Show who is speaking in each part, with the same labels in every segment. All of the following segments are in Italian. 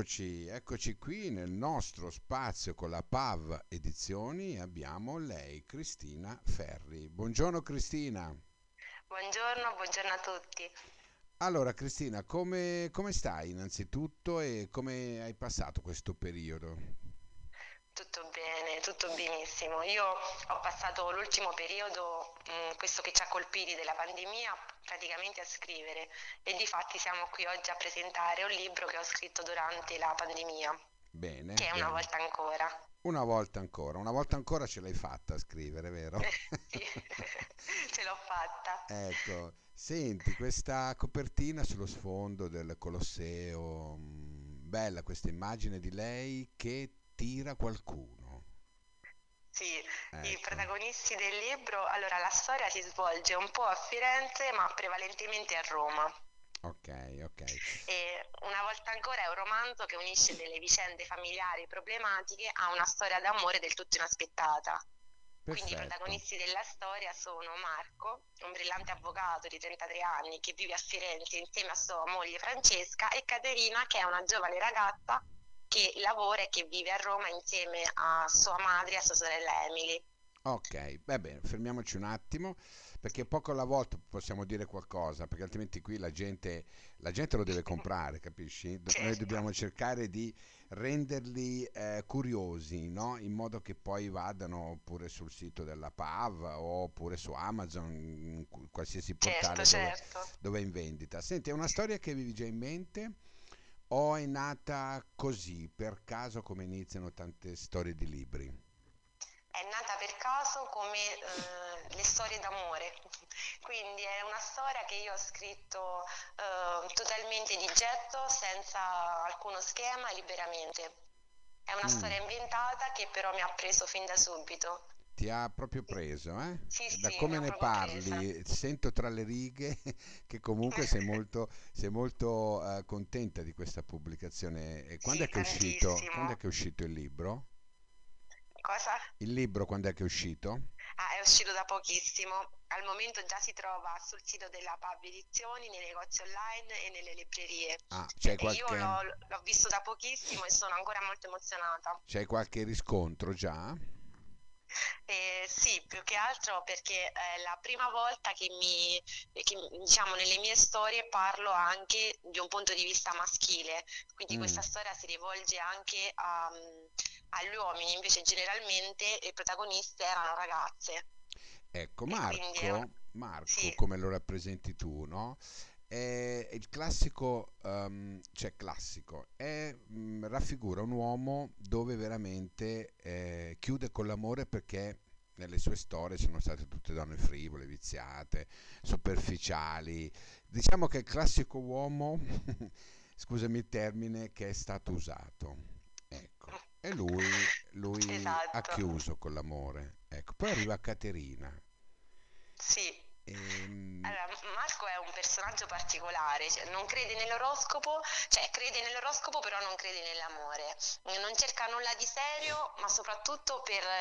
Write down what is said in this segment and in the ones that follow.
Speaker 1: eccoci qui nel nostro spazio con la PAV Edizioni. Abbiamo lei, Cristina Ferri. Buongiorno Cristina.
Speaker 2: Buongiorno a tutti.
Speaker 1: Allora Cristina, come stai innanzitutto e come hai passato questo periodo?
Speaker 2: Tutto bene, tutto benissimo. Io ho passato l'ultimo periodo, questo che ci ha colpiti della pandemia, praticamente a scrivere e difatti siamo qui oggi a presentare un libro che ho scritto durante la pandemia,
Speaker 1: Bene,
Speaker 2: che è Una
Speaker 1: bene.
Speaker 2: volta ancora.
Speaker 1: Una volta ancora ce l'hai fatta a scrivere, vero?
Speaker 2: Sì, ce l'ho fatta.
Speaker 1: Ecco, senti, questa copertina sullo sfondo del Colosseo, bella questa immagine di lei che tira qualcuno.
Speaker 2: Sì, i
Speaker 1: Ecco,
Speaker 2: protagonisti del libro, allora la storia si svolge un po' a Firenze, ma prevalentemente a Roma.
Speaker 1: ok, ok.
Speaker 2: E Una volta ancora è un romanzo che unisce delle vicende familiari problematiche a una storia d'amore del tutto inaspettata. Quindi i
Speaker 1: Perfetto.
Speaker 2: protagonisti della storia sono Marco, un brillante avvocato di 33 anni che vive a Firenze insieme a sua moglie Francesca, e Caterina, che è una giovane ragazza che lavora e che vive a Roma insieme a sua madre e a sua sorella Emily.
Speaker 1: Ok, va bene, fermiamoci un attimo perché poco alla volta possiamo dire qualcosa, perché altrimenti qui la gente lo deve comprare, capisci? Noi
Speaker 2: Certo,
Speaker 1: dobbiamo cercare di renderli curiosi, no? In modo che poi vadano oppure sul sito della PAV oppure su Amazon, in qualsiasi
Speaker 2: certo,
Speaker 1: portale
Speaker 2: certo.
Speaker 1: dove è in vendita. Senti, è una storia che avevi già in mente o è nata così, per caso, come iniziano tante storie di libri?
Speaker 2: È nata per caso come le storie d'amore, quindi è una storia che io ho scritto totalmente di getto, senza alcuno schema, liberamente. È una
Speaker 1: Mm.
Speaker 2: storia inventata che però mi ha preso fin da subito.
Speaker 1: Ti ha proprio
Speaker 2: Sì,
Speaker 1: preso, eh?
Speaker 2: sì,
Speaker 1: Da
Speaker 2: sì, mi
Speaker 1: come
Speaker 2: ha
Speaker 1: ne
Speaker 2: proprio presa.
Speaker 1: parli, sento tra le righe che comunque sei molto contenta di questa pubblicazione. E
Speaker 2: Sì,
Speaker 1: quando è
Speaker 2: tantissimo.
Speaker 1: che è uscito il libro?
Speaker 2: Cosa?
Speaker 1: Il libro quando è che è uscito?
Speaker 2: Ah, è uscito da pochissimo. Al momento già si trova sul sito della Pub Edizioni, nei negozi online e nelle librerie.
Speaker 1: Ah,
Speaker 2: E io l'ho visto da pochissimo e sono ancora molto emozionata.
Speaker 1: c'hai qualche riscontro già?
Speaker 2: Sì, più che altro perché è la prima volta diciamo, nelle mie storie parlo anche di un punto di vista maschile, quindi
Speaker 1: Mm.
Speaker 2: questa storia si rivolge anche agli uomini, invece generalmente i protagonisti erano ragazze
Speaker 1: Ecco,
Speaker 2: e quindi è una...
Speaker 1: Marco,
Speaker 2: Sì,
Speaker 1: come lo rappresenti tu, no? È il classico, cioè classico, raffigura un uomo dove veramente chiude con l'amore perché nelle sue storie sono state tutte donne frivole, viziate, superficiali. Diciamo che è il classico uomo, scusami il termine, che è stato usato. Ecco, e lui ha
Speaker 2: esatto.
Speaker 1: chiuso con l'amore. Ecco, poi arriva Caterina.
Speaker 2: Sì.
Speaker 1: Ehm,
Speaker 2: Allora, Marco è un personaggio particolare, cioè non crede nell'oroscopo, cioè crede nell'oroscopo però non crede nell'amore, non cerca nulla di serio, ma soprattutto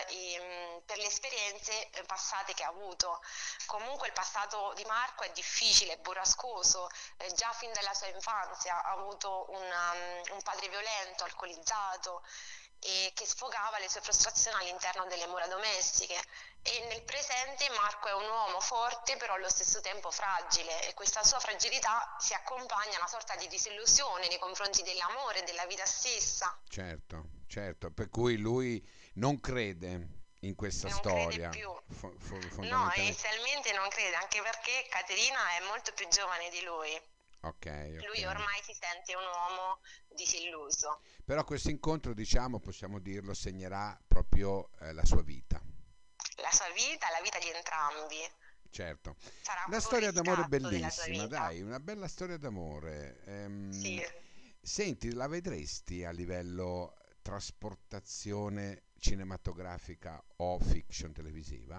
Speaker 2: per le esperienze passate che ha avuto. Comunque il passato di Marco è difficile, è burrascoso, già fin dalla sua infanzia ha avuto un padre violento, alcolizzato, e che sfogava le sue frustrazioni all'interno delle mura domestiche. E nel presente Marco è un uomo forte, però allo stesso tempo fragile, e questa sua fragilità si accompagna a una sorta di disillusione nei confronti dell'amore e della vita stessa.
Speaker 1: certo, certo, per cui lui non crede in questa
Speaker 2: Non crede
Speaker 1: storia,
Speaker 2: più. No,
Speaker 1: fondamentalmente.
Speaker 2: inizialmente non crede, anche perché Caterina è molto più giovane di lui.
Speaker 1: Ok, ok.
Speaker 2: Lui ormai si sente un uomo disilluso.
Speaker 1: Però questo incontro, diciamo, possiamo dirlo, segnerà proprio la sua vita.
Speaker 2: La sua vita, la vita di entrambi.
Speaker 1: Certo.
Speaker 2: Sarà
Speaker 1: Una
Speaker 2: proprio un
Speaker 1: storia d'amore
Speaker 2: riscatto della sua
Speaker 1: bellissima,
Speaker 2: vita.
Speaker 1: dai, una bella storia d'amore.
Speaker 2: Sì.
Speaker 1: Senti, la vedresti a livello trasportazione cinematografica o fiction televisiva?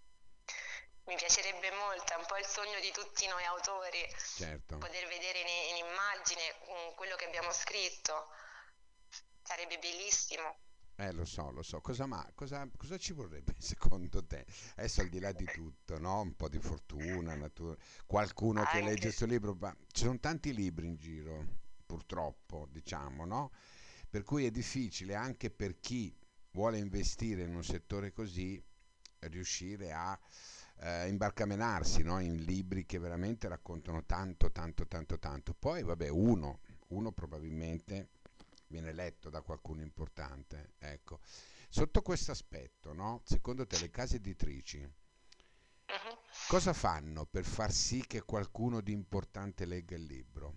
Speaker 2: Mi piacerebbe molto, è un po' il sogno di tutti noi autori,
Speaker 1: Certo.
Speaker 2: poter vedere in immagine quello che abbiamo scritto. Sarebbe bellissimo.
Speaker 1: Lo so, lo so. Cosa ci vorrebbe secondo te? Adesso al di là di tutto, no? Un po' di fortuna, qualcuno che legge
Speaker 2: Anche
Speaker 1: il suo libro, ma ci sono tanti libri in giro. purtroppo, diciamo, no? Per cui è difficile anche per chi vuole investire in un settore così riuscire a imbarcamenarsi, no? In libri che veramente raccontano tanto, tanto, tanto, tanto. Poi, vabbè, uno probabilmente viene letto da qualcuno importante, ecco. Sotto questo aspetto, no? Secondo te le case editrici
Speaker 2: Mhm.
Speaker 1: cosa fanno per far sì che qualcuno di importante legga il libro?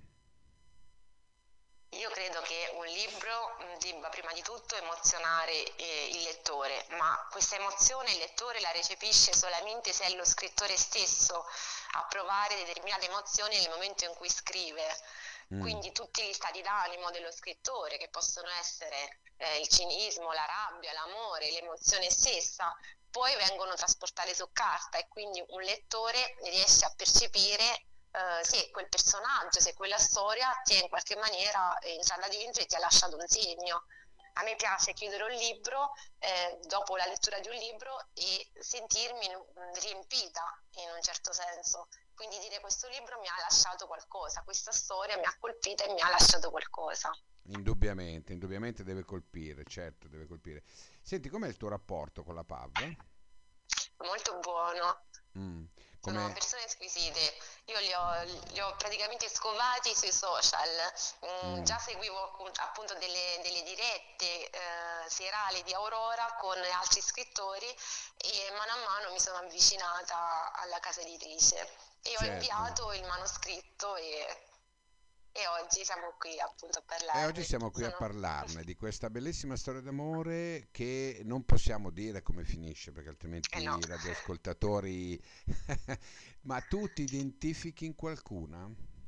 Speaker 2: Io credo che un libro debba prima di tutto emozionare il lettore, ma questa emozione il lettore la recepisce solamente se è lo scrittore stesso a provare determinate emozioni nel momento in cui scrive.
Speaker 1: Mm,
Speaker 2: Quindi tutti gli stati d'animo dello scrittore, che possono essere il cinismo, la rabbia, l'amore, l'emozione stessa, poi vengono trasportate su carta e quindi un lettore riesce a percepire se quel personaggio, se quella storia ti è in qualche maniera entrata dentro e ti ha lasciato un segno. A me piace chiudere un libro, dopo la lettura di un libro, e sentirmi riempita in un certo senso. Quindi dire questo libro mi ha lasciato qualcosa, questa storia mi ha colpita e mi ha lasciato qualcosa.
Speaker 1: indubbiamente, indubbiamente deve colpire, certo, deve colpire. Senti, com'è il tuo rapporto con la PAV?
Speaker 2: Molto buono.
Speaker 1: Mm,
Speaker 2: Sono
Speaker 1: come...
Speaker 2: persone squisite, io li ho praticamente scovati sui social.
Speaker 1: mm,
Speaker 2: Già seguivo appunto delle dirette serali di Aurora con altri scrittori e mano a mano mi sono avvicinata alla casa editrice e ho
Speaker 1: certo.
Speaker 2: inviato il manoscritto e oggi siamo qui appunto a
Speaker 1: E oggi
Speaker 2: parlarne.
Speaker 1: siamo qui a
Speaker 2: Sono...
Speaker 1: parlarne di questa bellissima storia d'amore che non possiamo dire come finisce perché altrimenti
Speaker 2: Eh no.
Speaker 1: i radioascoltatori... Ma tu ti identifichi in qualcuna?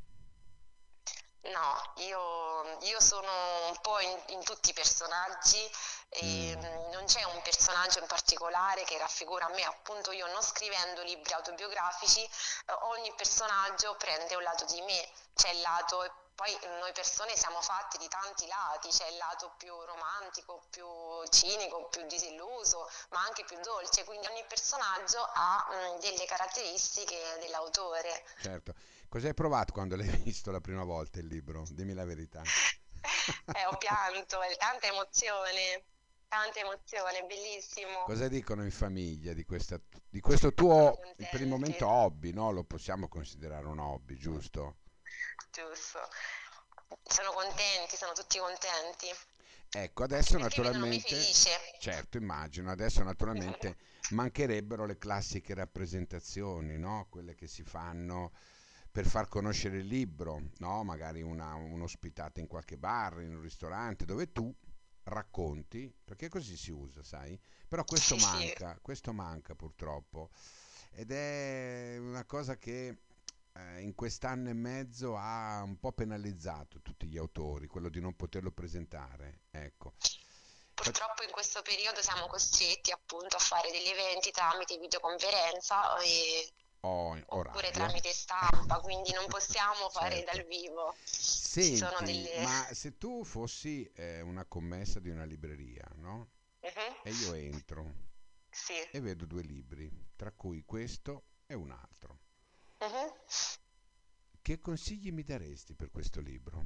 Speaker 2: No, io sono un po' in tutti i personaggi e
Speaker 1: Mm,
Speaker 2: non c'è un personaggio in particolare che raffigura me, appunto io non scrivendo libri autobiografici, ogni personaggio prende un lato di me, c'è il lato, e poi noi persone siamo fatte di tanti lati, c'è il lato più romantico, più cinico, più disilluso, ma anche più dolce, quindi ogni personaggio ha delle caratteristiche dell'autore.
Speaker 1: certo. Cosa hai provato quando l'hai visto la prima volta il libro? Dimmi la verità.
Speaker 2: Ho pianto, è tanta emozione, bellissimo.
Speaker 1: Cosa dicono in famiglia di questo
Speaker 2: Sono
Speaker 1: tuo, per il
Speaker 2: contenti,
Speaker 1: momento, hobby, no? Lo possiamo considerare un hobby, giusto?
Speaker 2: giusto. Sono contenti, sono tutti contenti,
Speaker 1: Ecco,
Speaker 2: anche
Speaker 1: adesso
Speaker 2: perché vedono me
Speaker 1: naturalmente,
Speaker 2: felice.
Speaker 1: certo, immagino, adesso naturalmente mancherebbero le classiche rappresentazioni, no? Quelle che si fanno per far conoscere il libro, no? Magari un'ospitata in qualche bar, in un ristorante, dove tu racconti, perché così si usa, sai? Però
Speaker 2: Sì, sì.
Speaker 1: questo manca purtroppo. Ed è una cosa che in quest'anno e mezzo ha un po' penalizzato tutti gli autori, quello di non poterlo presentare. Ecco. Fac-
Speaker 2: Purtroppo in questo periodo siamo costretti appunto a fare degli eventi tramite videoconferenza
Speaker 1: o
Speaker 2: oppure
Speaker 1: radio.
Speaker 2: tramite stampa, quindi non possiamo fare
Speaker 1: Certo.
Speaker 2: dal vivo. Ci sono
Speaker 1: Senti,
Speaker 2: delle...
Speaker 1: ma se tu fossi una commessa di una libreria, no?
Speaker 2: Mhm.
Speaker 1: E io entro
Speaker 2: Sì.
Speaker 1: e vedo due libri, tra cui questo e un altro.
Speaker 2: Mhm.
Speaker 1: Che consigli mi daresti per questo libro?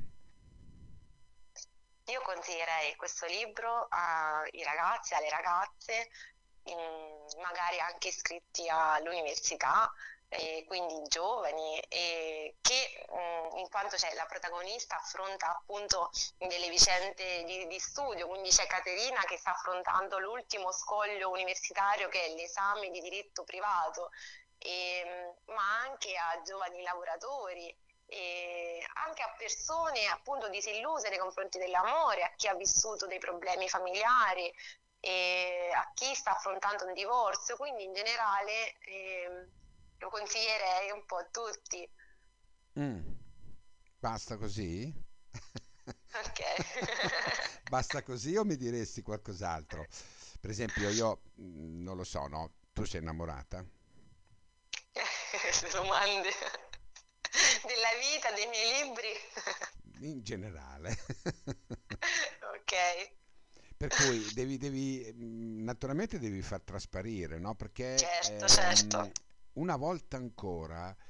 Speaker 2: Io consiglierei questo libro ai ragazzi, alle ragazze, magari anche iscritti all'università, quindi giovani, e che in quanto c'è la protagonista affronta appunto delle vicende di studio, quindi c'è Caterina che sta affrontando l'ultimo scoglio universitario che è l'esame di diritto privato, ma anche a giovani lavoratori e anche a persone appunto disilluse nei confronti dell'amore, a chi ha vissuto dei problemi familiari e a chi sta affrontando un divorzio, quindi in generale lo consiglierei un po' a tutti.
Speaker 1: Mm, basta così?
Speaker 2: Ok.
Speaker 1: Basta così o mi diresti qualcos'altro? Per esempio, io non lo so, no? Tu sei innamorata?
Speaker 2: Queste domande della vita, dei miei libri.
Speaker 1: In generale.
Speaker 2: Ok,
Speaker 1: Per cui naturalmente devi far trasparire, no? Perché
Speaker 2: certo, certo.
Speaker 1: una volta ancora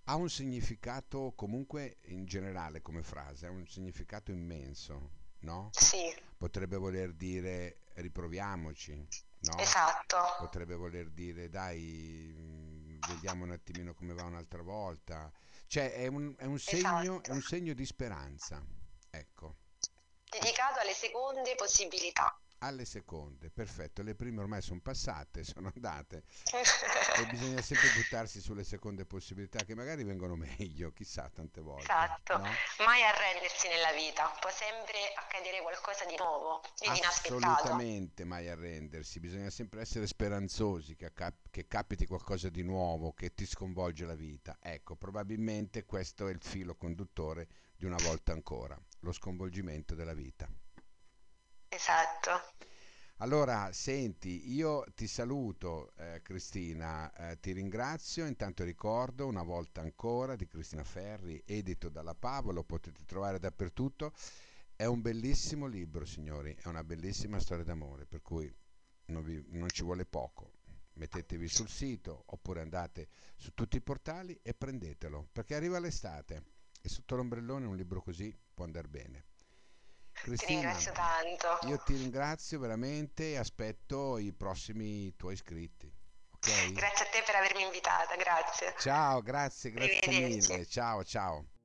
Speaker 1: Ha un significato comunque in generale come frase, ha un significato immenso, no?
Speaker 2: Sì,
Speaker 1: Potrebbe voler dire riproviamoci, no?
Speaker 2: esatto,
Speaker 1: Potrebbe voler dire dai, vediamo un attimino come va un'altra volta. Cioè è
Speaker 2: esatto.
Speaker 1: un segno di speranza, ecco.
Speaker 2: Dedicato alle seconde possibilità.
Speaker 1: Alle seconde, perfetto, le prime ormai sono passate, sono andate e bisogna sempre buttarsi sulle seconde possibilità che magari vengono meglio, chissà tante volte,
Speaker 2: Esatto,
Speaker 1: no?
Speaker 2: mai arrendersi nella vita, può sempre accadere qualcosa di nuovo ed inaspettato.
Speaker 1: Assolutamente mai arrendersi, bisogna sempre essere speranzosi che capiti qualcosa di nuovo, che ti sconvolge la vita. Ecco, probabilmente questo è il filo conduttore di una volta ancora, lo sconvolgimento della vita.
Speaker 2: Esatto.
Speaker 1: Allora, senti, io ti saluto, Cristina, ti ringrazio, intanto ricordo una volta ancora di Cristina Ferri, edito dalla Pavo, lo potete trovare dappertutto. È un bellissimo libro, signori, è una bellissima storia d'amore, per cui non ci vuole poco. Mettetevi sul sito oppure andate su tutti i portali e prendetelo, perché arriva l'estate e sotto l'ombrellone un libro così può andare bene.
Speaker 2: Ti
Speaker 1: Cristina,
Speaker 2: ringrazio tanto.
Speaker 1: io ti ringrazio veramente e aspetto i prossimi tuoi iscritti, ok?
Speaker 2: Grazie a te per avermi invitata, grazie.
Speaker 1: Ciao, grazie, grazie
Speaker 2: Arrivederci.
Speaker 1: mille. Ciao, ciao.